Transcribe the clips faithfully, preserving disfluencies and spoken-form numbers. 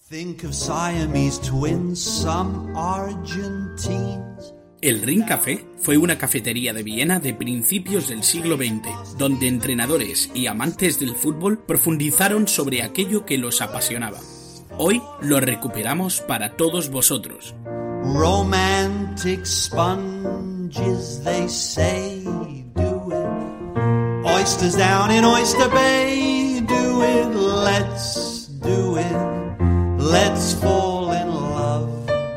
Think of Siamese twins, some Argentines. El Ring Café fue una cafetería de Viena de principios del siglo veinte, donde entrenadores y amantes del fútbol profundizaron sobre aquello que los apasionaba. Hoy lo recuperamos para todos vosotros. Romantic sponges, they say, do it. Oysters down in Oyster Bay, do it. Let's do it. Let's fall in love.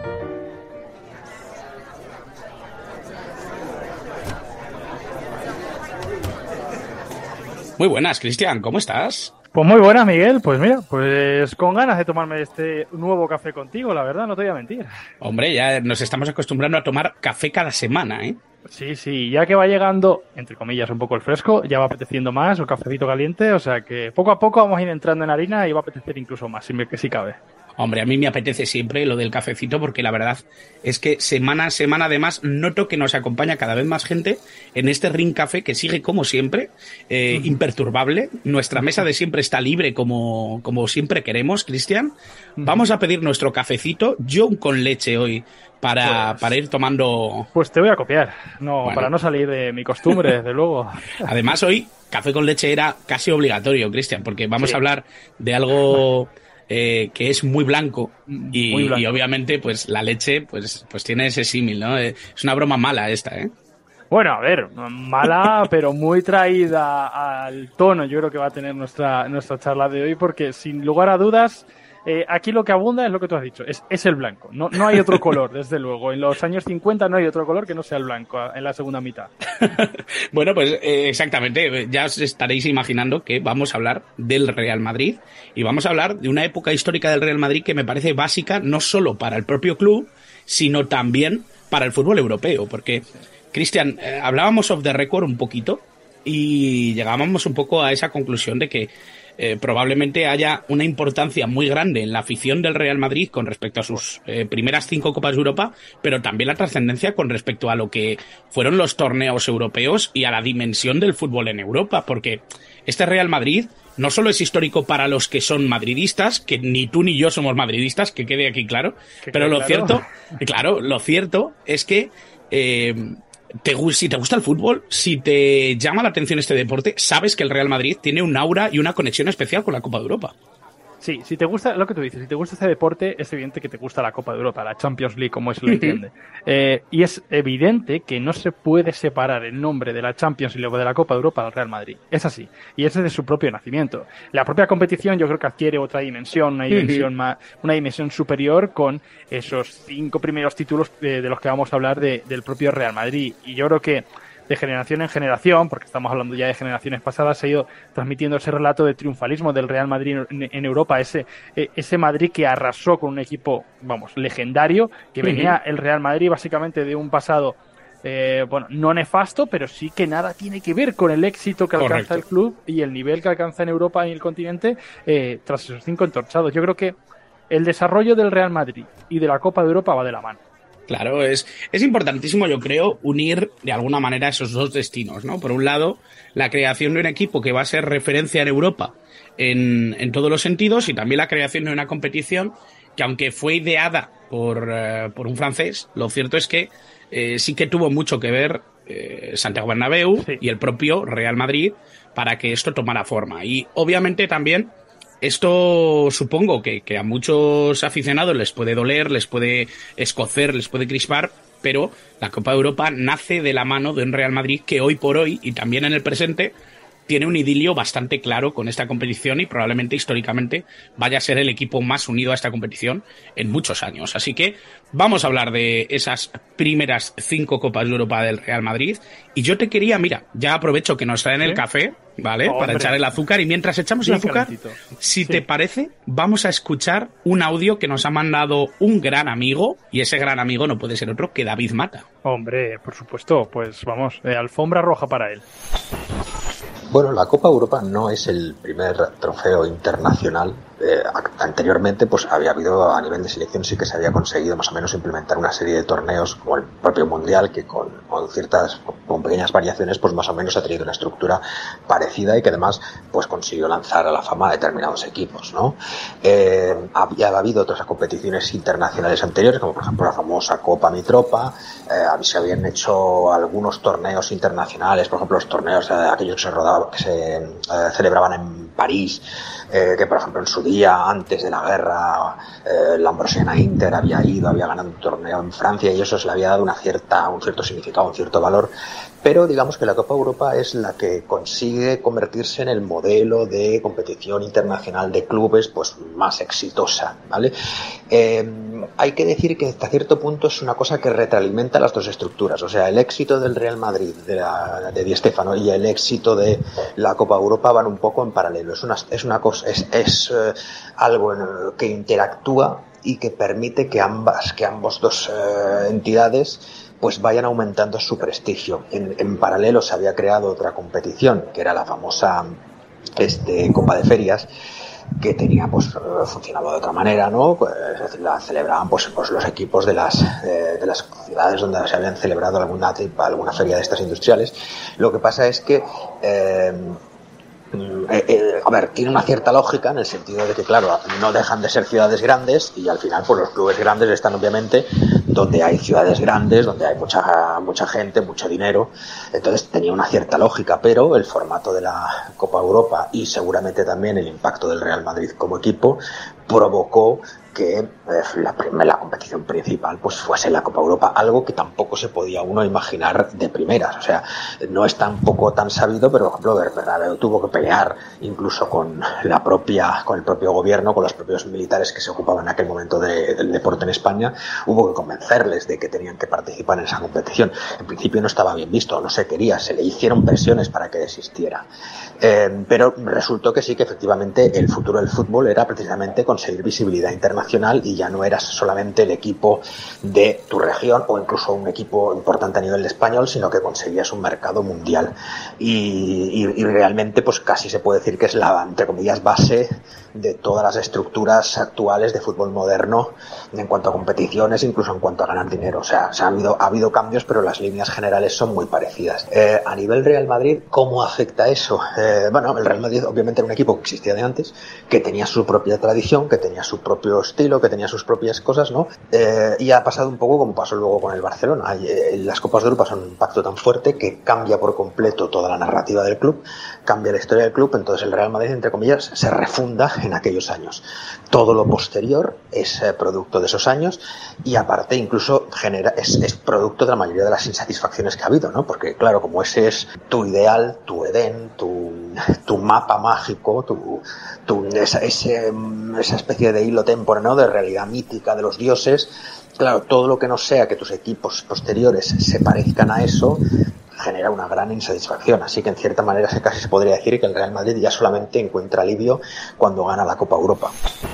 Muy buenas, Cristian, ¿cómo estás? Pues muy buenas, Miguel. Pues mira, pues con ganas de tomarme este nuevo café contigo, la verdad, no te voy a mentir. Hombre, ya nos estamos acostumbrando a tomar café cada semana, ¿eh? Sí, sí, ya que va llegando, entre comillas, un poco el fresco, ya va apeteciendo más, un cafecito caliente, o sea que poco a poco vamos a ir entrando en harina y va a apetecer incluso más, si, me, que si cabe. Hombre, a mí me apetece siempre lo del cafecito porque la verdad es que semana a semana además noto que nos acompaña cada vez más gente en este Ring Café que sigue como siempre, eh, uh-huh. imperturbable. Nuestra mesa de siempre está libre como, como siempre queremos, Cristian. Uh-huh. Vamos a pedir nuestro cafecito, yo con leche hoy, para, pues, para ir tomando... Pues te voy a copiar, no bueno. para no salir de mi costumbre, desde luego. Además hoy café con leche era casi obligatorio, Cristian, porque vamos sí. a hablar de algo... Eh, que es muy blanco y, muy blanco y obviamente pues la leche pues pues tiene ese símil, ¿no? Eh, es una broma mala esta, ¿eh? Bueno, a ver, mala pero muy traída al tono yo creo que va a tener nuestra nuestra charla de hoy porque sin lugar a dudas eh, aquí lo que abunda es lo que tú has dicho, es, es el blanco, no, no hay otro color, desde luego. En los años cincuenta no hay otro color que no sea el blanco en la segunda mitad. Bueno, pues eh, exactamente, ya os estaréis imaginando que vamos a hablar del Real Madrid y vamos a hablar de una época histórica del Real Madrid que me parece básica no solo para el propio club, sino también para el fútbol europeo, porque, Cristian, eh, hablábamos off the record un poquito y llegábamos un poco a esa conclusión de que Eh, probablemente haya una importancia muy grande en la afición del Real Madrid con respecto a sus eh, primeras cinco Copas de Europa, pero también la trascendencia con respecto a lo que fueron los torneos europeos y a la dimensión del fútbol en Europa, porque este Real Madrid no solo es histórico para los que son madridistas, que ni tú ni yo somos madridistas, que quede aquí claro, que pero lo claro. cierto, claro, lo cierto es que eh, Te, si te gusta el fútbol, si te llama la atención este deporte, sabes que el Real Madrid tiene un aura y una conexión especial con la Copa de Europa. Sí, si te gusta lo que tú dices, si te gusta este deporte, es evidente que te gusta la Copa de Europa, la Champions League, como se lo entiende. eh, y es evidente que no se puede separar el nombre de la Champions y luego de la Copa de Europa del Real Madrid. Es así. Y es desde su propio nacimiento. La propia competición yo creo que adquiere otra dimensión, una dimensión más, una dimensión superior con esos cinco primeros títulos de, de los que vamos a hablar de, del propio Real Madrid. Y yo creo que de generación en generación, porque estamos hablando ya de generaciones pasadas, se ha ido transmitiendo ese relato de triunfalismo del Real Madrid en, en Europa, ese ese Madrid que arrasó con un equipo, vamos, legendario, que venía el Real Madrid básicamente de un pasado, eh, bueno, no nefasto, pero sí que nada tiene que ver con el éxito que alcanza Correcto. El club y el nivel que alcanza en Europa y en el continente eh, tras esos cinco entorchados. Yo creo que el desarrollo del Real Madrid y de la Copa de Europa va de la mano. Claro, es, es importantísimo, yo creo, unir de alguna manera esos dos destinos, ¿no? Por un lado, la creación de un equipo que va a ser referencia en Europa en, en todos los sentidos y también la creación de una competición que, aunque fue ideada por, uh, por un francés, lo cierto es que eh, sí que tuvo mucho que ver eh, Santiago Bernabéu sí. y el propio Real Madrid para que esto tomara forma. Y obviamente también esto supongo que, que a muchos aficionados les puede doler, les puede escocer, les puede crispar, pero la Copa de Europa nace de la mano de un Real Madrid que hoy por hoy y también en el presente tiene un idilio bastante claro con esta competición y probablemente históricamente vaya a ser el equipo más unido a esta competición en muchos años. Así que vamos a hablar de esas primeras cinco Copas de Europa del Real Madrid y yo te quería, mira, ya aprovecho que nos traen ¿Sí? el café, ¿vale? Oh, para echar el azúcar y mientras echamos el azúcar, si sí. te parece, vamos a escuchar un audio que nos ha mandado un gran amigo y ese gran amigo no puede ser otro que David Mata. Hombre, por supuesto, pues vamos, eh, alfombra roja para él. Bueno, la Copa Europa no es el primer trofeo internacional eh, anteriormente pues había habido, a nivel de selección sí que se había conseguido más o menos implementar una serie de torneos como el propio Mundial, que con, con ciertas, con pequeñas variaciones, pues más o menos ha tenido una estructura parecida y que además pues consiguió lanzar a la fama a determinados equipos, ¿no? Eh, había habido otras competiciones internacionales anteriores, como por ejemplo la famosa Copa Mitropa, eh, se habían hecho algunos torneos internacionales, por ejemplo los torneos eh, aquellos que se rodaban, que se eh, celebraban en París, eh, que por ejemplo en su día, antes de la guerra, eh, la Ambrosiana Inter había ido, había ganado un torneo en Francia y eso se le había dado una cierta, un cierto significado, un cierto valor. Pero digamos que la Copa Europa es la que consigue convertirse en el modelo de competición internacional de clubes pues más exitosa, ¿vale? Eh, hay que decir que hasta cierto punto es una cosa que retroalimenta las dos estructuras, o sea, el éxito del Real Madrid, de, la, de Di Stéfano, y el éxito de la Copa Europa van un poco en paralelo. Es una, es una cosa, es, es eh, algo en el que interactúa y que permite que ambas, que ambos dos eh, entidades pues vayan aumentando su prestigio. En, en paralelo se había creado otra competición, que era la famosa este, Copa de Ferias, que tenía, pues, funcionaba de otra manera, ¿no? Pues la celebraban, pues, pues los equipos de las, de, de las ciudades donde se habían celebrado alguna, alguna feria de estas industriales. Lo que pasa es que, eh, Eh, eh, a ver, tiene una cierta lógica en el sentido de que, claro, no dejan de ser ciudades grandes y al final pues los clubes grandes están obviamente donde hay ciudades grandes, donde hay mucha mucha gente, mucho dinero, entonces tenía una cierta lógica, pero el formato de la Copa Europa y seguramente también el impacto del Real Madrid como equipo provocó que eh, la, la competición principal pues fuese la Copa Europa, algo que tampoco se podía uno imaginar de primeras. O sea, no es tampoco tan sabido, pero por ejemplo Bernabéu tuvo que pelear incluso con la propia, con el propio gobierno, con los propios militares que se ocupaban en aquel momento de, del deporte en España. Hubo que convencerles de que tenían que participar en esa competición. En principio no estaba bien visto, no se quería, se le hicieron presiones para que desistiera. Eh, pero resultó que sí, que efectivamente el futuro del fútbol era precisamente conseguir visibilidad internacional y ya no eras solamente el equipo de tu región o incluso un equipo importante a nivel español, sino que conseguías un mercado mundial. Y, y, y realmente pues casi se puede decir que es la, entre comillas, base de todas las estructuras actuales de fútbol moderno en cuanto a competiciones, incluso en cuanto a ganar dinero. O sea, se ha habido, ha habido cambios, pero las líneas generales son muy parecidas. Eh, a nivel Real Madrid, ¿cómo afecta eso? Eh, bueno, el Real Madrid obviamente era un equipo que existía de antes, que tenía su propia tradición, que tenía su propio estilo, que tenía sus propias cosas, ¿no? Eh, y ha pasado un poco como pasó luego con el Barcelona. Eh, las Copas de Europa son un impacto tan fuerte que cambia por completo toda la narrativa del club, cambia la historia del club, entonces el Real Madrid, entre comillas, se refunda en aquellos años. Todo lo posterior es eh, producto de esos años y aparte incluso genera, es, es producto de la mayoría de las insatisfacciones que ha habido, ¿no? Porque claro, como ese es tu ideal, tu Edén, tu, tu mapa mágico, tu, tu, esa, ese, esa especie de hilo tempore, ¿no? De realidad mítica de los dioses, claro, todo lo que no sea que tus equipos posteriores se parezcan a eso genera una gran insatisfacción, así que en cierta manera casi se podría decir que el Real Madrid ya solamente encuentra alivio cuando gana la Copa Europa.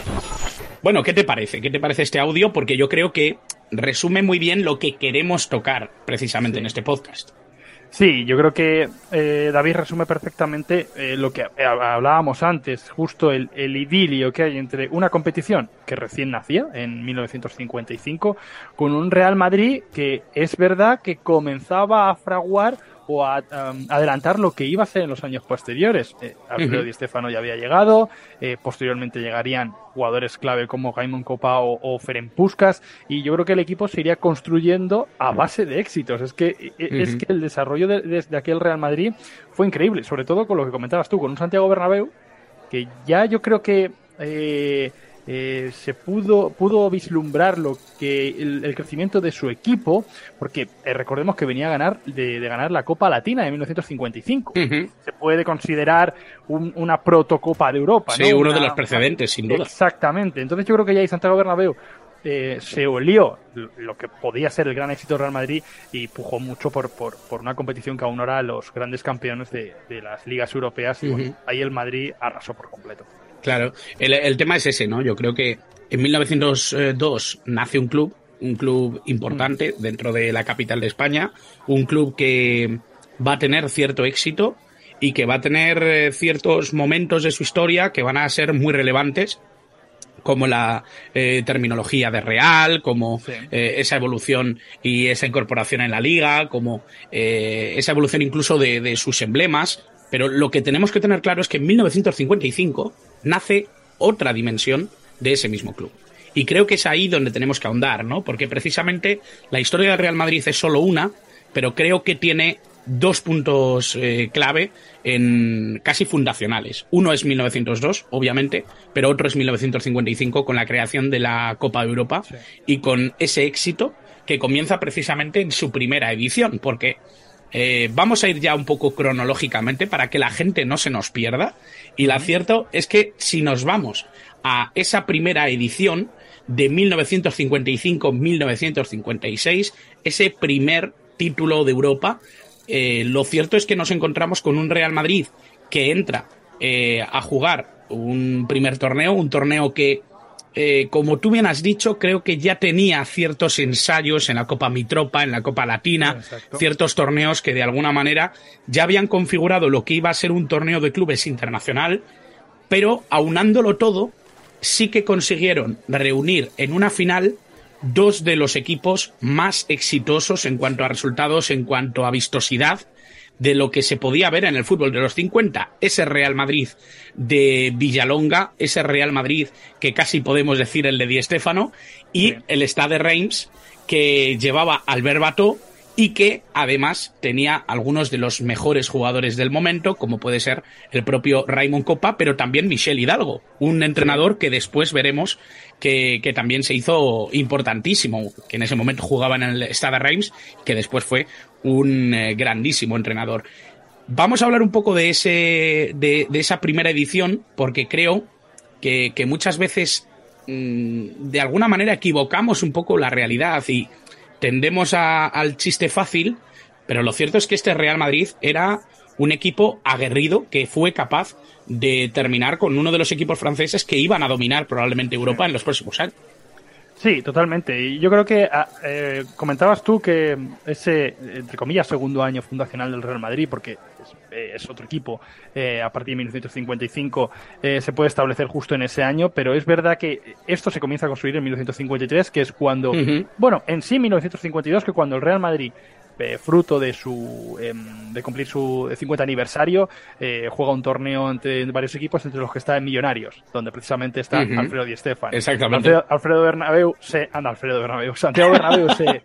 Bueno, ¿qué te parece? ¿Qué te parece este audio? Porque yo creo que resume muy bien lo que queremos tocar precisamente sí. en este podcast. Sí, yo creo que eh, David resume perfectamente eh, lo que hablábamos antes, justo el, el idilio que hay entre una competición que recién nacía en mil novecientos cincuenta y cinco con un Real Madrid que es verdad que comenzaba a fraguar o a um, adelantar lo que iba a hacer en los años posteriores. Eh, Alfredo uh-huh. Di Stéfano ya había llegado, eh, posteriormente llegarían jugadores clave como Gaimon Kopa o, o Ferenc Puskás, y yo creo que el equipo se iría construyendo a base de éxitos. Es que uh-huh. es que el desarrollo de, de, de aquel Real Madrid fue increíble, sobre todo con lo que comentabas tú, con un Santiago Bernabéu, que ya yo creo que eh, Eh, se pudo pudo vislumbrar lo que el, el crecimiento de su equipo, porque eh, recordemos que venía a ganar de, de ganar la Copa Latina de mil novecientos cincuenta y cinco. Uh-huh. Se puede considerar un, una protocopa de Europa, sí, ¿no? uno una, de los precedentes, sin duda. Exactamente. Entonces yo creo que ya ahí Santiago Bernabéu eh, se olió lo que podía ser el gran éxito del Real Madrid y pujó mucho por, por, por una competición que aún era los grandes campeones de, de las ligas europeas y uh-huh. bueno, ahí el Madrid arrasó por completo. Claro, el, el tema es ese, ¿no? Yo creo que en mil novecientos dos nace un club, un club importante mm. dentro de la capital de España, un club que va a tener cierto éxito y que va a tener ciertos momentos de su historia que van a ser muy relevantes como la eh, terminología de Real, como sí. eh, esa evolución y esa incorporación en la liga, como eh, esa evolución incluso de, de sus emblemas. Pero lo que tenemos que tener claro es que en mil novecientos cincuenta y cinco nace otra dimensión de ese mismo club. Y creo que es ahí donde tenemos que ahondar, ¿no? Porque precisamente la historia del Real Madrid es solo una, pero creo que tiene dos puntos eh, clave en casi fundacionales. Uno es mil novecientos dos, obviamente, pero otro es mil novecientos cincuenta y cinco con la creación de la Copa de Europa sí. y con ese éxito que comienza precisamente en su primera edición, porque eh, vamos a ir ya un poco cronológicamente para que la gente no se nos pierda, y lo cierto es que si nos vamos a esa primera edición de mil novecientos cincuenta y cinco a mil novecientos cincuenta y seis, ese primer título de Europa, Eh, lo cierto es que nos encontramos con un Real Madrid que entra eh, a jugar un primer torneo, un torneo que, eh, como tú bien has dicho, creo que ya tenía ciertos ensayos en la Copa Mitropa, en la Copa Latina, Exacto. ciertos torneos que de alguna manera ya habían configurado lo que iba a ser un torneo de clubes internacional, pero aunándolo todo, sí que consiguieron reunir en una final dos de los equipos más exitosos en cuanto a resultados, en cuanto a vistosidad de lo que se podía ver en el fútbol de los cincuenta. Ese Real Madrid de Villalonga, ese Real Madrid que casi podemos decir el de Di Stéfano, y sí. el Stade Reims que llevaba Albert Bateau y que además tenía algunos de los mejores jugadores del momento, como puede ser el propio Raymond Kopa, pero también Michel Hidalgo, un entrenador que después veremos que, que también se hizo importantísimo, que en ese momento jugaba en el Stade Reims, que después fue un eh, grandísimo entrenador. Vamos a hablar un poco de ese de, de esa primera edición, porque creo que, que muchas veces mmm, de alguna manera equivocamos un poco la realidad y tendemos a, al chiste fácil, pero lo cierto es que este Real Madrid era un equipo aguerrido que fue capaz de terminar con uno de los equipos franceses que iban a dominar probablemente Europa en los próximos años. Sí, totalmente. Y yo creo que eh, comentabas tú que ese, entre comillas, segundo año fundacional del Real Madrid, porque es, es otro equipo, eh, a partir de mil novecientos cincuenta y cinco eh, se puede establecer justo en ese año, pero es verdad que esto se comienza a construir en mil novecientos cincuenta y tres, que es cuando, uh-huh. bueno, en sí mil novecientos cincuenta y dos, que cuando el Real Madrid, Eh, fruto de su eh, de cumplir su cincuenta aniversario, eh, juega un torneo entre varios equipos, entre los que está en Millonarios, donde precisamente está uh-huh. Alfredo Di Stéfano. Exactamente. Alfredo, Alfredo Bernabéu se anda Alfredo Bernabéu, Santiago Bernabéu se,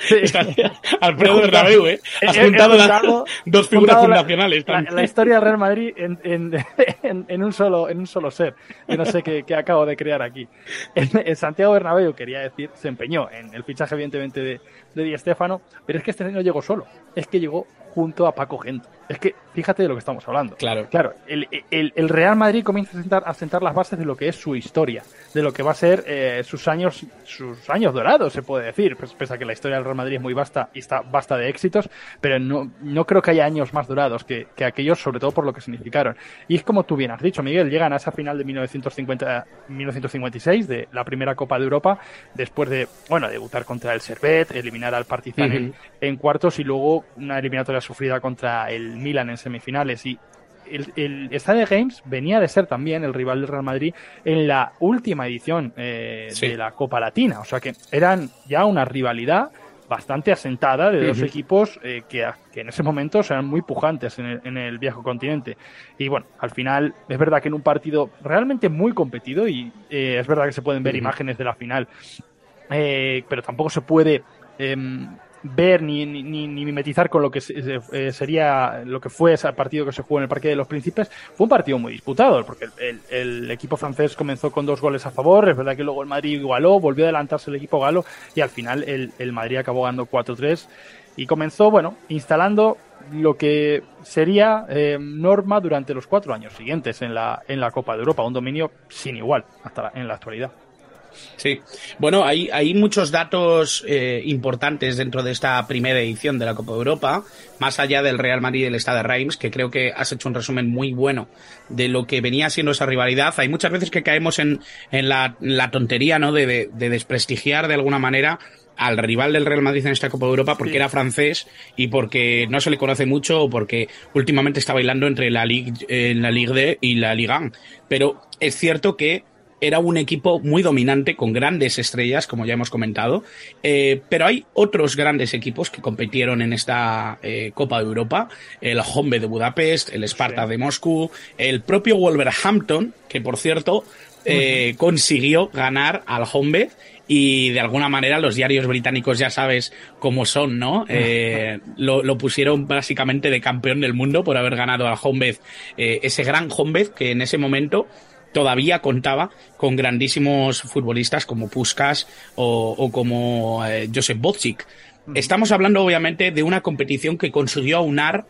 se Alfredo Bernabéu, eh. Has he, juntado, he juntado las dos figuras fundacionales. La, la, la historia del Real Madrid en, en, en, en un solo en un solo ser. Yo no sé qué, qué acabo de crear aquí. En, en Santiago Bernabéu, quería decir, se empeñó en el fichaje evidentemente de, de Di Stéfano, pero es que este año no llegó solo, es que llegó junto a Paco Gento. Es que fíjate de lo que estamos hablando. Claro, claro. El, el, el Real Madrid comienza a sentar, a sentar las bases de lo que es su historia, de lo que va a ser eh, sus años, sus años dorados, se puede decir. Pues, pese a que la historia del Real Madrid es muy vasta y está vasta de éxitos, pero no, no creo que haya años más dorados que, que aquellos, sobre todo por lo que significaron. Y es como tú bien has dicho, Miguel, llegan a esa final de mil novecientos cincuenta, mil novecientos cincuenta y seis, de la primera Copa de Europa, después de, bueno, debutar contra el Servette, eliminar al Partizan uh-huh. en, en cuartos y luego una eliminatoria sufrida contra el Milan en semifinales. Y el, el Stade Reims venía de ser también el rival del Real Madrid en la última edición eh, sí. de la Copa Latina, o sea que eran ya una rivalidad bastante asentada de dos uh-huh. equipos eh, que, que en ese momento eran muy pujantes en el, en el viejo continente. Y bueno, al final es verdad que en un partido realmente muy competido, y eh, es verdad que se pueden ver uh-huh. imágenes de la final, eh, pero tampoco se puede eh, ver ni, ni, ni mimetizar con lo que eh, sería lo que fue ese partido que se jugó en el Parque de los Príncipes. Fue un partido muy disputado, porque el, el, el equipo francés comenzó con dos goles a favor, es verdad que luego el Madrid igualó, volvió a adelantarse el equipo galo, y al final el, el Madrid acabó ganando cuatro tres, y comenzó, bueno, instalando lo que sería eh, norma durante los cuatro años siguientes en la, en la Copa de Europa, un dominio sin igual hasta la, en la actualidad. Sí, bueno, hay, hay muchos datos eh, importantes dentro de esta primera edición de la Copa de Europa, más allá del Real Madrid y del Stade Reims, que creo que has hecho un resumen muy bueno de lo que venía siendo esa rivalidad. Hay muchas veces que caemos en, en la, la tontería, ¿no?, de, de, de desprestigiar de alguna manera al rival del Real Madrid en esta Copa de Europa porque sí. era francés y porque no se le conoce mucho o porque últimamente está bailando entre la Ligue, eh, la Ligue dos y la Ligue uno. Pero es cierto que era un equipo muy dominante, con grandes estrellas, como ya hemos comentado, eh, pero hay otros grandes equipos que compitieron en esta eh, Copa de Europa, el Honvéd de Budapest, el Sparta sí. de Moscú, el propio Wolverhampton, que por cierto eh, uh-huh. consiguió ganar al Honvéd, y de alguna manera los diarios británicos ya sabes cómo son, ¿no? Eh, lo, lo pusieron básicamente de campeón del mundo por haber ganado al Honvéd, eh, ese gran Honvéd que en ese momento todavía contaba con grandísimos futbolistas como Puskás o, o como eh, Josef Bozic. Estamos hablando obviamente de una competición que consiguió aunar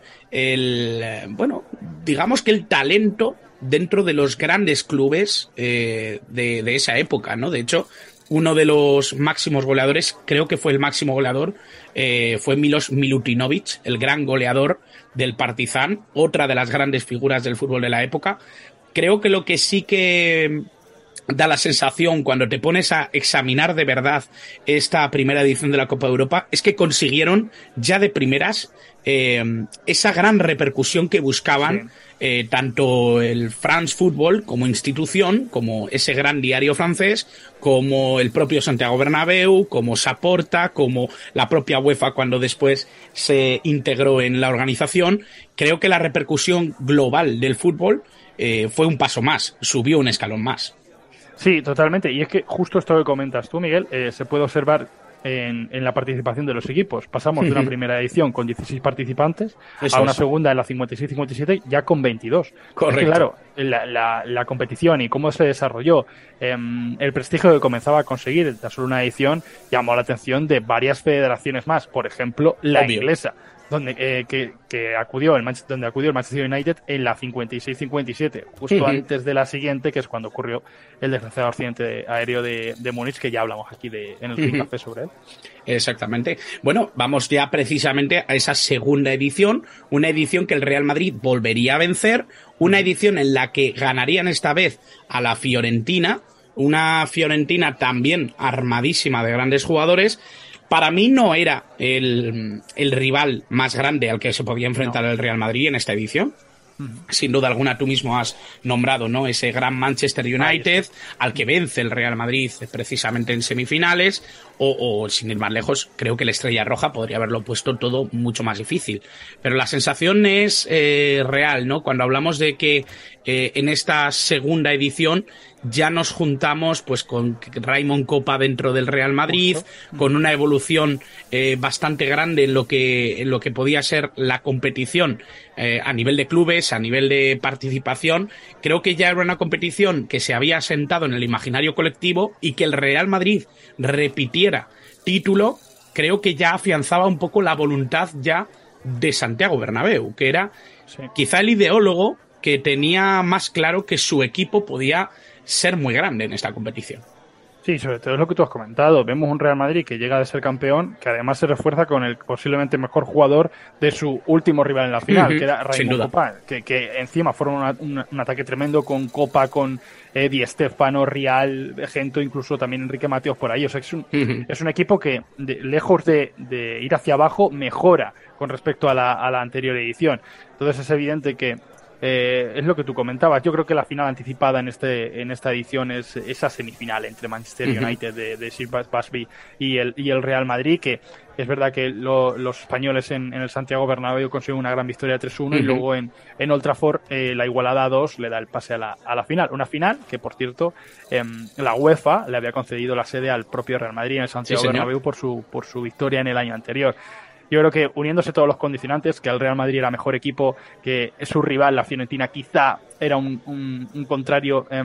el, eh, bueno, digamos que el talento dentro de los grandes clubes eh, de, de esa época, ¿no? De hecho, uno de los máximos goleadores, creo que fue el máximo goleador, eh, fue Milos Milutinovic, el gran goleador del Partizan, otra de las grandes figuras del fútbol de la época. Creo que lo que sí que da la sensación cuando te pones a examinar de verdad esta primera edición de la Copa de Europa es que consiguieron ya de primeras eh, esa gran repercusión que buscaban sí. eh, tanto el France Football como institución, como ese gran diario francés, como el propio Santiago Bernabéu, como Saporta, como la propia UEFA cuando después se integró en la organización. Creo que la repercusión global del fútbol eh, fue un paso más, subió un escalón más. Sí, totalmente. Y es que justo esto que comentas tú, Miguel, eh, se puede observar en, en la participación de los equipos. Pasamos de una primera edición con dieciséis participantes Eso a una es. segunda en la cincuenta y seis cincuenta y siete ya con veintidós. Correcto. Es que, claro, la, la, la competición y cómo se desarrolló, eh, el prestigio que comenzaba a conseguir de solo una edición llamó la atención de varias federaciones más. Por ejemplo, la Obvio. inglesa, donde eh, que, que acudió el Manchester, donde acudió el Manchester United en la cincuenta y seis cincuenta y siete, justo uh-huh. antes de la siguiente, que es cuando ocurrió el desgraciado accidente aéreo de, de Múnich, que ya hablamos aquí de, en el uh-huh. café sobre él. Exactamente. Bueno, vamos ya precisamente a esa segunda edición, una edición que el Real Madrid volvería a vencer, una edición en la que ganarían esta vez a la Fiorentina, una Fiorentina también armadísima de grandes jugadores. Para mí no era el, el rival más grande al que se podía enfrentar no. el Real Madrid en esta edición. Sin duda alguna, tú mismo has nombrado, ¿no?, ese gran Manchester United al que vence el Real Madrid precisamente en semifinales, o, o sin ir más lejos, creo que el Estrella Roja podría haberlo puesto todo mucho más difícil. Pero la sensación es eh, real, ¿no? Cuando hablamos de que eh, en esta segunda edición ya nos juntamos pues con Raymond Kopa dentro del Real Madrid, uh-huh. con una evolución eh, bastante grande en lo que en lo que podía ser la competición eh, a nivel de clubes, a nivel de participación. Creo que ya era una competición que se había asentado en el imaginario colectivo, y que el Real Madrid repitiera título, creo que ya afianzaba un poco la voluntad ya de Santiago Bernabéu, que era sí. quizá el ideólogo que tenía más claro que su equipo podía ser muy grande en esta competición. Sí, sobre todo es lo que tú has comentado. Vemos un Real Madrid que llega de ser campeón, que además se refuerza con el posiblemente mejor jugador de su último rival en la final, uh-huh. que era Raymond Kopa, que, que encima fueron una, una, un ataque tremendo con Kopa, con eh, Di Stéfano, Rial, Gento, incluso también Enrique Mateos por ahí. O sea, es un, uh-huh. es un equipo que, de, lejos de, de ir hacia abajo, mejora con respecto a la, a la anterior edición. Entonces es evidente que Eh, es lo que tú comentabas. Yo creo que la final anticipada en este en esta edición es esa semifinal entre Manchester United uh-huh. de, de Sir Busby y el y el Real Madrid, que es verdad que lo, los españoles en, en el Santiago Bernabéu consiguen una gran victoria tres uno uh-huh. y luego en, en Old Trafford eh, la igualada a dos le da el pase a la, a la final. Una final que, por cierto, eh, la UEFA le había concedido la sede al propio Real Madrid en el Santiago sí, Bernabéu por su por su victoria en el año anterior. Yo creo que uniéndose todos los condicionantes, que el Real Madrid era mejor equipo, que su rival, la Fiorentina, quizá era un, un, un contrario eh,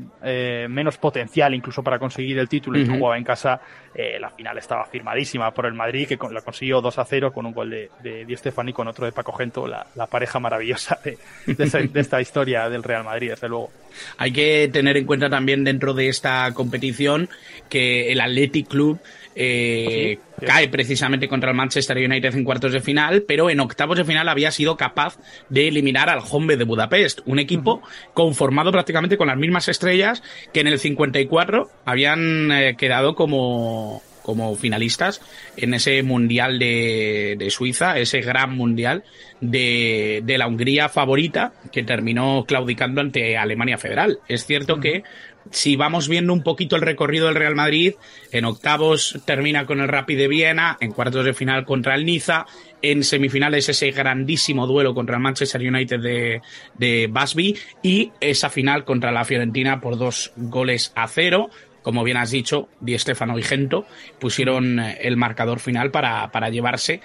eh, menos potencial incluso para conseguir el título, uh-huh. y que jugaba en casa, eh, la final estaba firmadísima por el Madrid, que con, la consiguió dos a cero con un gol de, de Di Stéfano y con otro de Paco Gento, la, la pareja maravillosa de, de, esa, de esta historia del Real Madrid, desde luego. Hay que tener en cuenta también dentro de esta competición que el Athletic Club Eh, sí, cae precisamente contra el Manchester United en cuartos de final, pero en octavos de final había sido capaz de eliminar al Honvéd de Budapest, un equipo uh-huh. conformado prácticamente con las mismas estrellas que en el cincuenta y cuatro habían eh, quedado como como finalistas en ese mundial de, de Suiza, ese gran mundial de, de la Hungría favorita, que terminó claudicando ante Alemania Federal. Es cierto uh-huh. que si vamos viendo un poquito el recorrido del Real Madrid, en octavos termina con el Rapid de Viena, en cuartos de final contra el Niza, en semifinales ese grandísimo duelo contra el Manchester United de, de Busby y esa final contra la Fiorentina por dos goles a cero. Como bien has dicho, Di Stéfano y Gento pusieron el marcador final para, para llevarse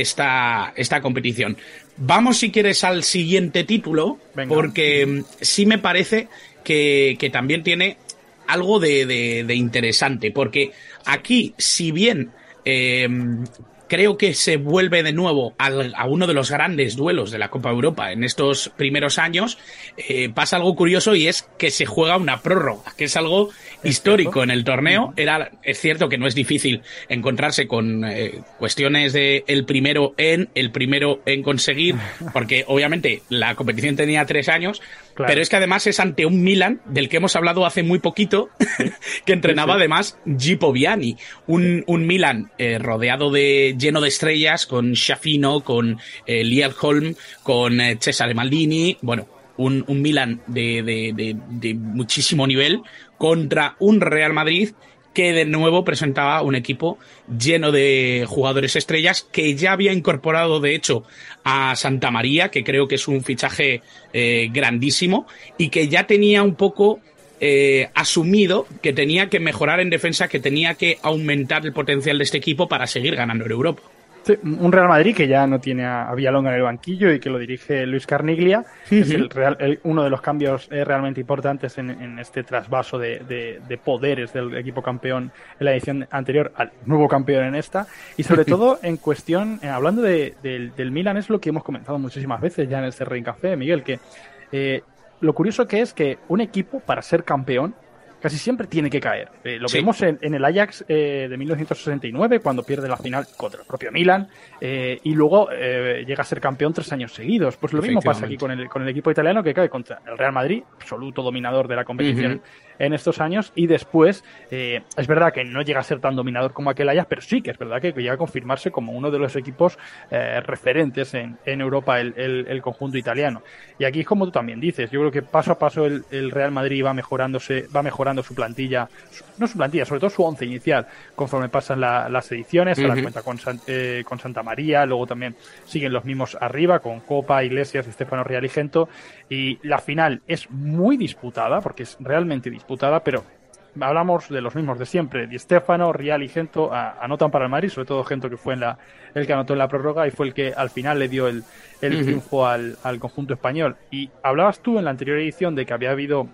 esta, esta competición. Vamos, si quieres, al siguiente título, Venga. porque sí me parece que, que también tiene algo de, de, de interesante, porque aquí, si bien eh, creo que se vuelve de nuevo al, a uno de los grandes duelos de la Copa Europa en estos primeros años, eh, pasa algo curioso y es que se juega una prórroga, que es algo ¿Es histórico cierto? En el torneo. Era, es cierto que no es difícil encontrarse con eh, cuestiones de el primero en, el primero en conseguir, porque obviamente la competición tenía tres años, claro. Pero es que además es ante un Milan del que hemos hablado hace muy poquito, sí. que entrenaba sí, sí. además Gipo Viani, un, un Milan eh, rodeado de lleno de estrellas, con Schiaffino, con eh, Lielholm, con eh, Cesare Maldini, bueno, un, un Milan de, de, de, de muchísimo nivel contra un Real Madrid que de nuevo presentaba un equipo lleno de jugadores estrellas, que ya había incorporado de hecho a Santa María, que creo que es un fichaje eh, grandísimo, y que ya tenía un poco eh, asumido que tenía que mejorar en defensa, que tenía que aumentar el potencial de este equipo para seguir ganando en Europa. Sí, un Real Madrid que ya no tiene a Villalonga en el banquillo y que lo dirige Luis Carniglia. Uh-huh. Es el real, el, uno de los cambios eh, realmente importantes en, en este trasvaso de, de, de poderes del equipo campeón en la edición anterior al nuevo campeón en esta. Y sobre todo en cuestión, eh, hablando de, de, del Milan, es lo que hemos comentado muchísimas veces ya en este Rain Café, Miguel, que eh, lo curioso que es que un equipo, para ser campeón, casi siempre tiene que caer. Eh, lo sí. vemos en, en el Ajax eh, de mil novecientos sesenta y nueve, cuando pierde la final contra el propio Milan, eh, y luego eh, llega a ser campeón tres años seguidos. Pues lo mismo pasa aquí con el, con el equipo italiano, que cae contra el Real Madrid, absoluto dominador de la competición uh-huh. en estos años, y después eh, es verdad que no llega a ser tan dominador como aquel Ajax, pero sí que es verdad que llega a confirmarse como uno de los equipos eh, referentes en, en Europa, el, el, el conjunto italiano. Y aquí, como tú también dices, yo creo que paso a paso el, el Real Madrid va mejorándose, va mejorando su plantilla, su, no su plantilla, sobre todo su once inicial, conforme pasan la, las ediciones. Uh-huh. Ahora cuenta con, San, eh, con Santa María, luego también siguen los mismos arriba, con Copa, Iglesias, Stéfano, Rial y Gento, y la final es muy disputada, porque es realmente disputada, pero hablamos de los mismos de siempre. Di Stéfano, Rial y Gento a, anotan para el Madrid, sobre todo Gento, que fue en la, el que anotó en la prórroga y fue el que al final le dio el, el uh-huh. triunfo al, al conjunto español. Y hablabas tú en la anterior edición de que había habido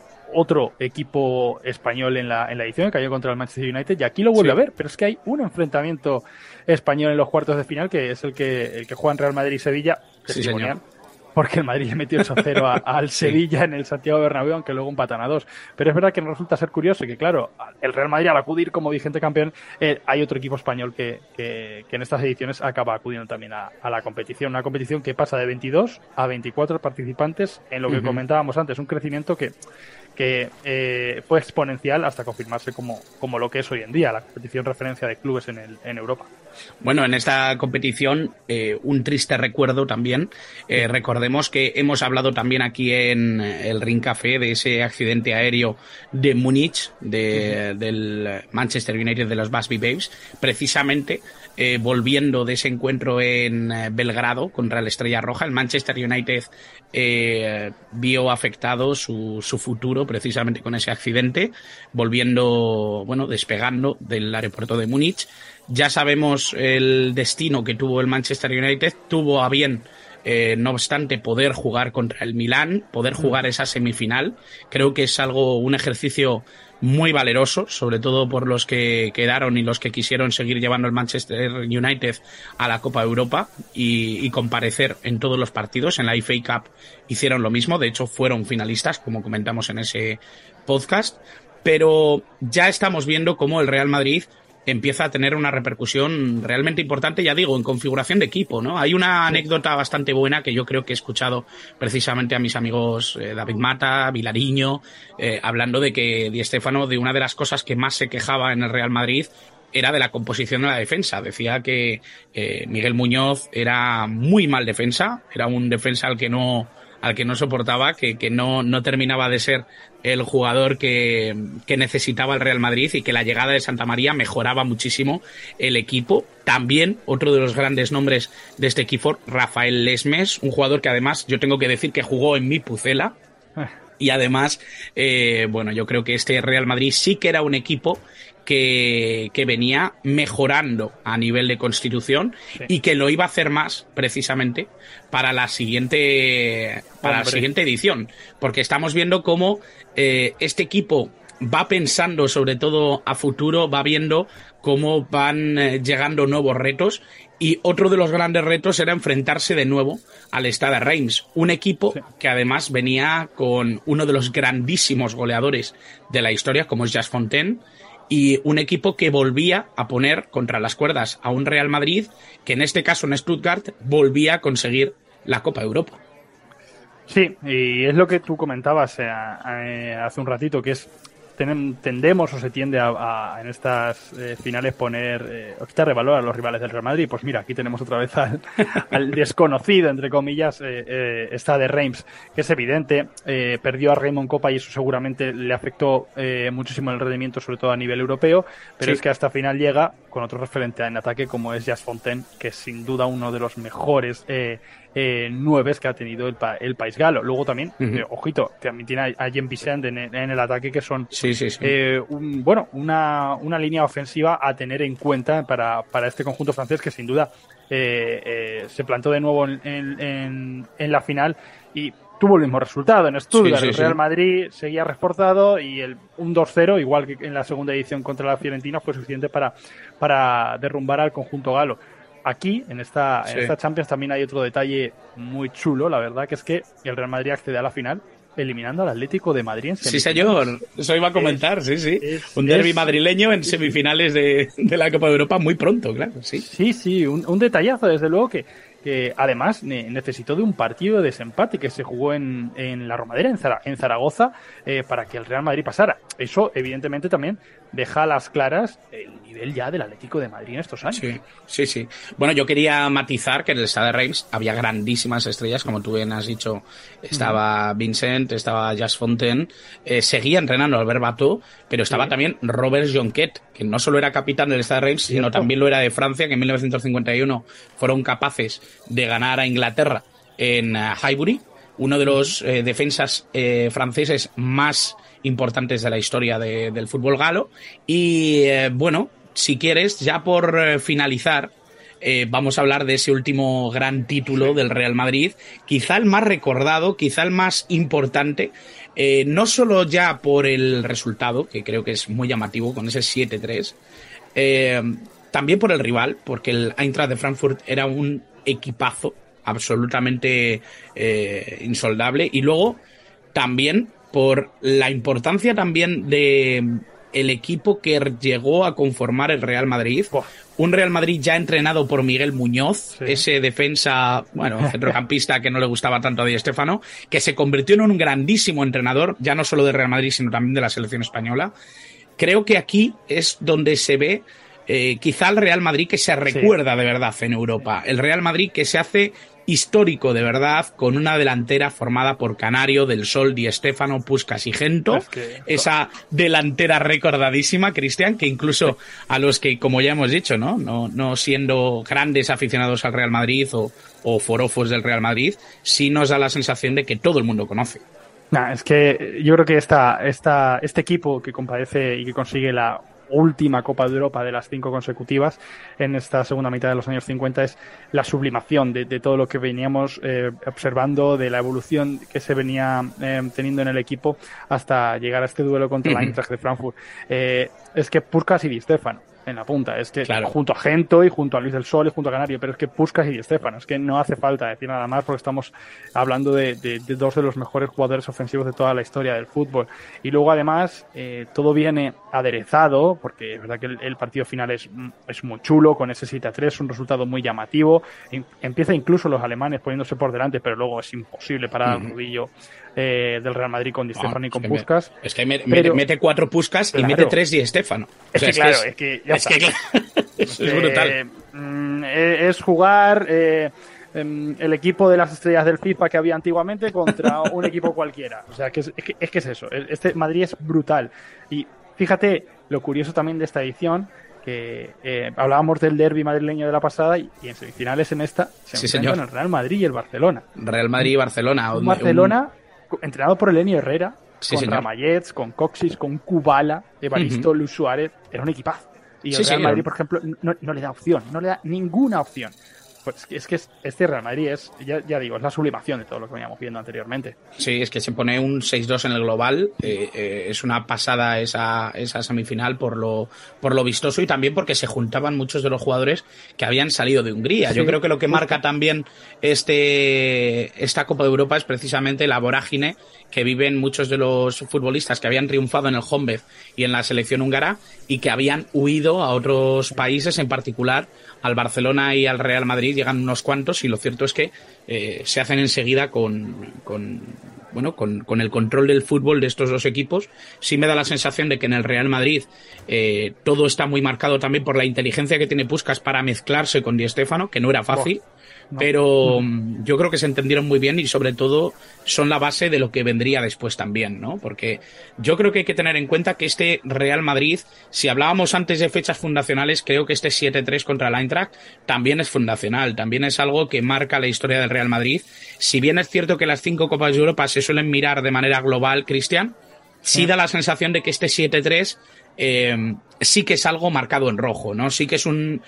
otro equipo español en la, en la edición que cayó contra el Manchester United, y aquí lo vuelve sí. a ver, pero es que hay un enfrentamiento español en los cuartos de final, que es el que, el que juegan Real Madrid y Sevilla, sí, señor. Porque el Madrid le metió ocho cero a, al Sevilla sí. en el Santiago Bernabéu, aunque luego empatan a dos. Pero es verdad que nos resulta ser curioso que, claro, el Real Madrid, al acudir como vigente campeón, eh, hay otro equipo español que, que, que en estas ediciones acaba acudiendo también a, a la competición. Una competición que pasa de veintidós a veinticuatro participantes, en lo que uh-huh. comentábamos antes, un crecimiento que que eh, fue exponencial hasta confirmarse como, como lo que es hoy en día, la competición referencia de clubes en, el, en Europa. Bueno, en esta competición, eh, un triste recuerdo también. Eh, recordemos que hemos hablado también aquí en el Ring Café de ese accidente aéreo de Múnich, de, uh-huh. del Manchester United de los Busby Babes, precisamente eh, volviendo de ese encuentro en Belgrado contra la Estrella Roja. El Manchester United eh, vio afectado su, su futuro precisamente con ese accidente, volviendo, bueno, despegando del aeropuerto de Múnich. Ya sabemos el destino que tuvo el Manchester United, tuvo a bien, eh, no obstante, poder jugar contra el Milán, poder jugar esa semifinal. Creo que es algo, un ejercicio muy valeroso, sobre todo por los que quedaron y los que quisieron seguir llevando el Manchester United a la Copa Europa y, y comparecer en todos los partidos. En la F A Cup hicieron lo mismo, de hecho fueron finalistas, como comentamos en ese podcast, pero ya estamos viendo cómo el Real Madrid empieza a tener una repercusión realmente importante, ya digo, en configuración de equipo, ¿no? Hay una anécdota bastante buena que yo creo que he escuchado precisamente a mis amigos eh, David Mata, Vilariño, eh, hablando de que Di Stéfano, de una de las cosas que más se quejaba en el Real Madrid, era de la composición de la defensa. Decía que eh, Miguel Muñoz era muy mal defensa, era un defensa al que no al que no soportaba, que, que no, no terminaba de ser el jugador que, que necesitaba el Real Madrid, y que la llegada de Santa María mejoraba muchísimo el equipo. También otro de los grandes nombres de este equipo, Rafael Lesmes, un jugador que además yo tengo que decir que jugó en mi Pucela. Y además, eh, bueno, yo creo que este Real Madrid sí que era un equipo que, que venía mejorando a nivel de constitución, sí, y que lo iba a hacer más precisamente para la siguiente, para Hombre. la siguiente edición. Porque estamos viendo cómo eh, este equipo va pensando sobre todo a futuro, va viendo cómo van eh, llegando nuevos retos, y otro de los grandes retos era enfrentarse de nuevo al Stade Reims, un equipo sí. que además venía con uno de los grandísimos goleadores de la historia, como es Jas Fontaine, y un equipo que volvía a poner contra las cuerdas a un Real Madrid que en este caso en Stuttgart volvía a conseguir la Copa de Europa. Sí, y es lo que tú comentabas eh, eh, hace un ratito, que es tendemos o se tiende a, a en estas eh, finales poner eh, o quitarle valor a los rivales del Real Madrid. Pues mira, aquí tenemos otra vez al, al desconocido, entre comillas, eh, eh, Stade Reims, que es evidente, eh, perdió a Raymond Kopa y eso seguramente le afectó eh, muchísimo el rendimiento, sobre todo a nivel europeo, pero sí. es que hasta final llega con otro referente en ataque como es Jas Fontaine, que es sin duda uno de los mejores eh, Eh, nueves que ha tenido el, pa- el país galo. Luego también, uh-huh. eh, ojito, también tiene a Jean Vicent en, en el ataque, que son sí, sí, sí. Eh, un, bueno, una, una línea ofensiva a tener en cuenta para, para este conjunto francés, que sin duda eh, eh, se plantó de nuevo en, en, en, en la final y tuvo el mismo resultado en Stuttgart. Sí, sí, el Real sí. Madrid seguía reforzado y el un dos cero, igual que en la segunda edición contra la Fiorentina, fue suficiente para, para derrumbar al conjunto galo. Aquí, en esta, sí. en esta Champions, también hay otro detalle muy chulo, la verdad, que es que el Real Madrid accede a la final eliminando al Atlético de Madrid en semifinales. Sí, señor. Eso iba a comentar, es, sí, sí. Es, un derbi es, madrileño en semifinales de, de la Copa de Europa muy pronto, claro, sí. Sí, sí, un, un detallazo, desde luego, que, que además ne- necesitó de un partido de desempate que se jugó en, en la Romareda, en, Zara- en Zaragoza, eh, para que el Real Madrid pasara. Eso, evidentemente, también deja a las claras el nivel ya del Atlético de Madrid en estos años. Sí, sí, sí. Bueno, yo quería matizar que en el Stade Reims había grandísimas estrellas, como tú bien has dicho. Estaba uh-huh. Vincent, estaba Jas Fontaine, eh, seguía entrenando Albert Bateau, pero estaba sí. también Robert Jonquet, que no solo era capitán del Stade Reims, sino también lo era de Francia, que en mil novecientos cincuenta y uno fueron capaces de ganar a Inglaterra en uh, Highbury, uno de los eh, defensas eh, franceses más importantes de la historia de, del fútbol galo. Y eh, bueno, si quieres, ya por eh, finalizar, eh, vamos a hablar de ese último gran título del Real Madrid, quizá el más recordado, quizá el más importante, eh, no solo ya por el resultado, que creo que es muy llamativo con ese siete tres, eh, también por el rival, porque el Eintracht de Frankfurt era un equipazo absolutamente eh, insoldable, y luego también por la importancia también de el equipo que llegó a conformar el Real Madrid. Oh. Un Real Madrid ya entrenado por Miguel Muñoz, sí. ese defensa, bueno, centrocampista que no le gustaba tanto a Di Stéfano, que se convirtió en un grandísimo entrenador, ya no solo de Real Madrid, sino también de la selección española. Creo que aquí es donde se ve eh, quizá el Real Madrid que se recuerda sí. de verdad en Europa. El Real Madrid que se hace histórico de verdad, con una delantera formada por Canario, Del Sol, Di Stéfano, Puskás y Gento. Es que... Esa delantera recordadísima, Cristian, que incluso a los que, como ya hemos dicho, ¿no? No, no siendo grandes aficionados al Real Madrid o, o forofos del Real Madrid, sí nos da la sensación de que todo el mundo conoce. Nah, es que yo creo que esta, esta, este equipo que compadece y que consigue la última Copa de Europa de las cinco consecutivas en esta segunda mitad de los años cincuenta es la sublimación de, de todo lo que veníamos eh, observando, de la evolución que se venía eh, teniendo en el equipo hasta llegar a este duelo contra la Eintracht de Frankfurt. Eh, es que Puskás y Di Stéfano en la punta, es que claro. junto a Gento y junto a Luis del Sol y junto a Canario, pero es que Puskás y Di Stéfano, es que no hace falta decir nada más porque estamos hablando de, de, de dos de los mejores jugadores ofensivos de toda la historia del fútbol. Y luego además eh, todo viene aderezado, porque es verdad que el, el partido final es, es muy chulo, con ese siete a tres, un resultado muy llamativo. Empieza incluso los alemanes poniéndose por delante, pero luego es imposible parar uh-huh. el rodillo eh, del Real Madrid con Di Stéfano no, y con es Puskás. Me, es que me, pero, mete cuatro Puskás claro, y mete tres Di Stéfano. Es, o sea, que, es claro, que es, es que ya es, que, claro, es, es brutal. Eh, es jugar, eh, eh, el equipo de las estrellas del FIFA que había antiguamente contra un equipo cualquiera. O sea, que es, es, que, es que es eso. Este Madrid es brutal. Y fíjate lo curioso también de esta edición, que eh, hablábamos del derbi madrileño de la pasada y, y en semifinales en esta se sí, enfrentan señor. el Real Madrid y el Barcelona. Real Madrid y Barcelona. Un Barcelona un... entrenado por Elenio Herrera, sí, con señor. Ramallets, con Coxis, con Kubala, Evaristo, uh-huh. Luis Suárez. Era un equipazo. Y el sí, Real sí, Madrid, por ejemplo, no, no le da opción, no le da ninguna opción. Pues es que este Real Madrid es, ya, ya digo, es la sublimación de todo lo que veníamos viendo anteriormente. Sí, es que se pone un seis dos en el global, eh, eh, es una pasada esa, esa semifinal por lo, por lo vistoso y también porque se juntaban muchos de los jugadores que habían salido de Hungría. Sí, Yo creo que lo que justo. marca también este, esta Copa de Europa es precisamente la vorágine que viven muchos de los futbolistas que habían triunfado en el Honvéd y en la selección húngara y que habían huido a otros países, en particular al Barcelona y al Real Madrid llegan unos cuantos y lo cierto es que eh, se hacen enseguida con, con bueno con, con el control del fútbol de estos dos equipos. Sí me da la sensación de que en el Real Madrid eh, todo está muy marcado también por la inteligencia que tiene Puskás para mezclarse con Di Stéfano, que no era fácil. Oh. No. Pero mm. yo creo que se entendieron muy bien y sobre todo son la base de lo que vendría después también, ¿no? Porque yo creo que hay que tener en cuenta que este Real Madrid, si hablábamos antes de fechas fundacionales, creo que este siete tres contra el Eintracht también es fundacional, también es algo que marca la historia del Real Madrid. Si bien es cierto que las cinco Copas de Europa se suelen mirar de manera global, Cristian, sí da la sensación de que este siete tres eh, sí que es algo marcado en rojo, ¿no? Sí que es un,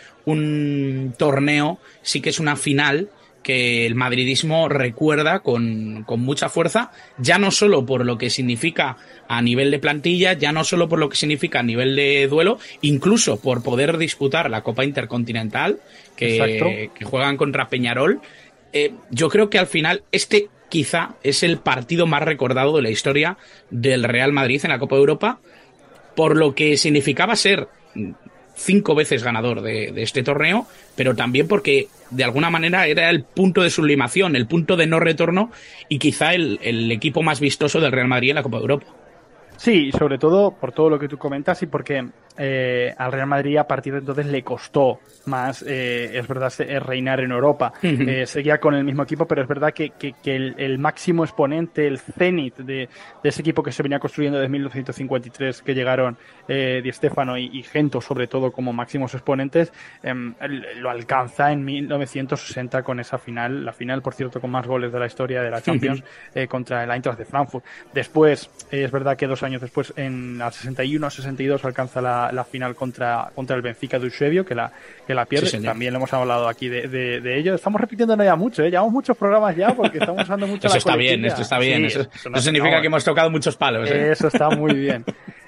un torneo, sí que es una final que el madridismo recuerda con, con mucha fuerza, ya no solo por lo que significa a nivel de plantilla, ya no solo por lo que significa a nivel de duelo, incluso por poder disputar la Copa Intercontinental que, que juegan contra Peñarol. Eh, yo creo que al final este quizá es el partido más recordado de la historia del Real Madrid en la Copa de Europa, por lo que significaba ser cinco veces ganador de, de este torneo, pero también porque de alguna manera era el punto de sublimación, el punto de no retorno y quizá el, el equipo más vistoso del Real Madrid en la Copa de Europa. Sí, sobre todo por todo lo que tú comentas y porque eh, al Real Madrid a partir de entonces le costó más, eh, es verdad, reinar en Europa. Uh-huh. Eh, seguía con el mismo equipo, pero es verdad que, que, que el, el máximo exponente, el cenit de, de ese equipo que se venía construyendo desde mil novecientos cincuenta y tres, que llegaron eh, Di Stéfano y, y Gento, sobre todo como máximos exponentes, eh, lo alcanza en mil novecientos sesenta con esa final, la final, por cierto, con más goles de la historia de la Champions, uh-huh. eh, contra el Eintracht de Frankfurt. Después, eh, es verdad que dos años después, en la sesenta y uno sesenta y dos, alcanza la, la final contra, contra el Benfica de Eusebio, que la, que la pierde. Sí, también lo hemos hablado aquí de, de, de ello. Estamos repitiéndonos ya mucho, ¿eh? Llevamos muchos programas ya porque estamos usando mucho eso la está coletilla. bien, esto está bien. Sí, eso, eso, no, eso significa no, que hemos tocado muchos palos. ¿eh? Eso está muy bien.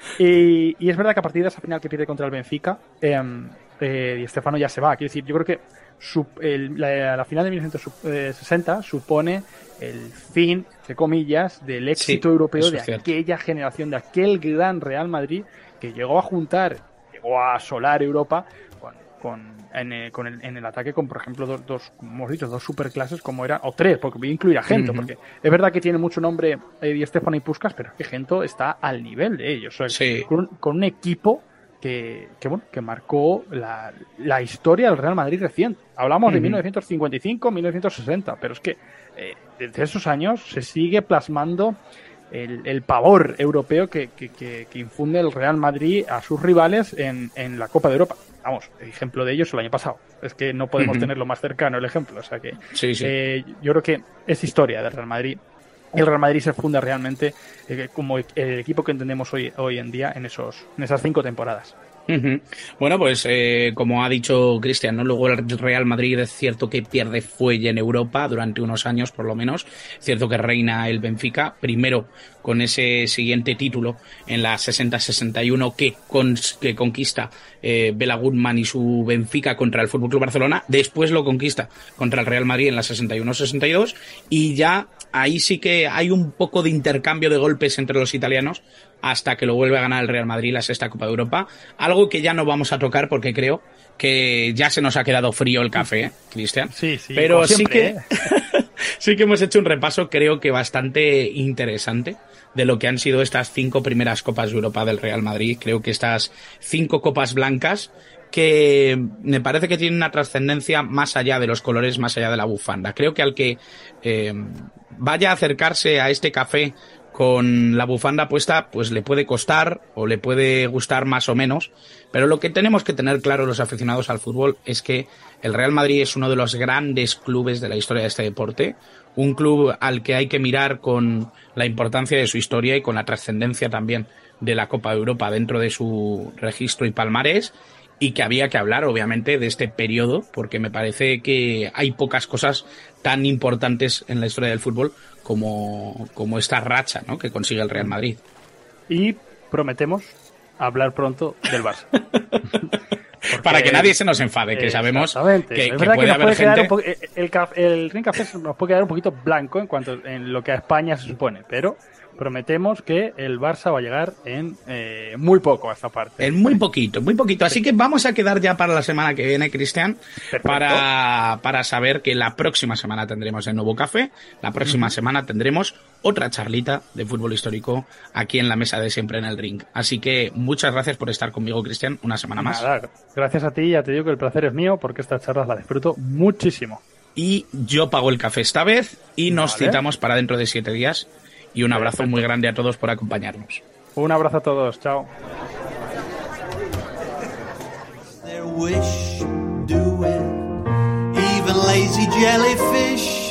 Y, y es verdad que a partir de esa final que pierde contra el Benfica, eh, eh, Di Stéfano ya se va. Quiero decir, yo creo que su, el, la, la final de mil novecientos sesenta supone el fin, entre comillas, del éxito sí, europeo de cierto. aquella generación, de aquel gran Real Madrid que llegó a juntar, llegó a asolar Europa con, con, en, el, con el, en el ataque con, por ejemplo, dos, dos como hemos dicho, dos superclases como eran, o tres, porque voy a incluir a Gento, uh-huh. porque es verdad que tiene mucho nombre eh, Di Stéfano y Puskás, pero es que Gento está al nivel de ellos, o sea, sí. con, con un equipo Que, que bueno, que marcó la, la historia del Real Madrid reciente. Hablamos uh-huh. de mil novecientos cincuenta y cinco, mil novecientos sesenta, pero es que eh, desde esos años se sigue plasmando el, el pavor europeo que, que, que, que infunde el Real Madrid a sus rivales en, en la Copa de Europa. Vamos, el ejemplo de ellos el año pasado. Es que no podemos uh-huh. tenerlo más cercano el ejemplo. O sea que sí, sí. Eh, yo creo que es historia del Real Madrid. El Real Madrid se funda realmente eh, como el equipo que entendemos hoy, hoy en día en esos en esas cinco temporadas. Uh-huh. Bueno, pues eh, como ha dicho Cristian, ¿no? Luego el Real Madrid es cierto que pierde fuelle en Europa durante unos años por lo menos, es cierto que reina el Benfica, primero con ese siguiente título en la sesenta sesenta y uno que, con, que conquista eh, Bela Goodman y su Benfica contra el F C Barcelona, después lo conquista contra el Real Madrid en la sesenta y uno sesenta y dos y ya ahí sí que hay un poco de intercambio de golpes entre los italianos hasta que lo vuelve a ganar el Real Madrid la sexta Copa de Europa, algo que ya no vamos a tocar porque creo que ya se nos ha quedado frío el café, ¿eh, Cristian? Sí, sí. Pero siempre, sí que ¿eh? sí que hemos hecho un repaso creo que bastante interesante de lo que han sido estas cinco primeras Copas de Europa del Real Madrid. Creo que estas cinco copas blancas, que me parece que tienen una trascendencia más allá de los colores, más allá de la bufanda. Creo que al que eh, vaya a acercarse a este café con la bufanda puesta, pues le puede costar o le puede gustar más o menos, pero lo que tenemos que tener claro los aficionados al fútbol es que el Real Madrid es uno de los grandes clubes de la historia de este deporte, un club al que hay que mirar con la importancia de su historia y con la trascendencia también de la Copa de Europa dentro de su registro y palmarés, y que había que hablar, obviamente, de este periodo, porque me parece que hay pocas cosas tan importantes en la historia del fútbol como, como esta racha, ¿no?, que consigue el Real Madrid. Y prometemos hablar pronto del Barça. Porque... Para que nadie se nos enfade, que sabemos que, es que verdad puede que nos haber puede quedar gente... un po... el, el, el Ring Café nos puede quedar un poquito blanco en cuanto en lo que a España se supone, pero prometemos que el Barça va a llegar en eh, muy poco a esta parte. En muy poquito, muy poquito. Así que vamos a quedar ya para la semana que viene, Cristian, para, para saber que la próxima semana tendremos el nuevo café, la próxima uh-huh. semana tendremos otra charlita de fútbol histórico aquí en la mesa de siempre en el Ring. Así que muchas gracias por estar conmigo, Cristian, una semana más. Nada, gracias a ti, ya te digo que el placer es mío porque estas charlas las disfruto muchísimo. Y yo pago el café esta vez y nos vale. citamos para dentro de siete días. Y un abrazo Perfecto. muy grande a todos por acompañarnos. Un abrazo a todos, chao. Their wish, do it. Even lazy jellyfish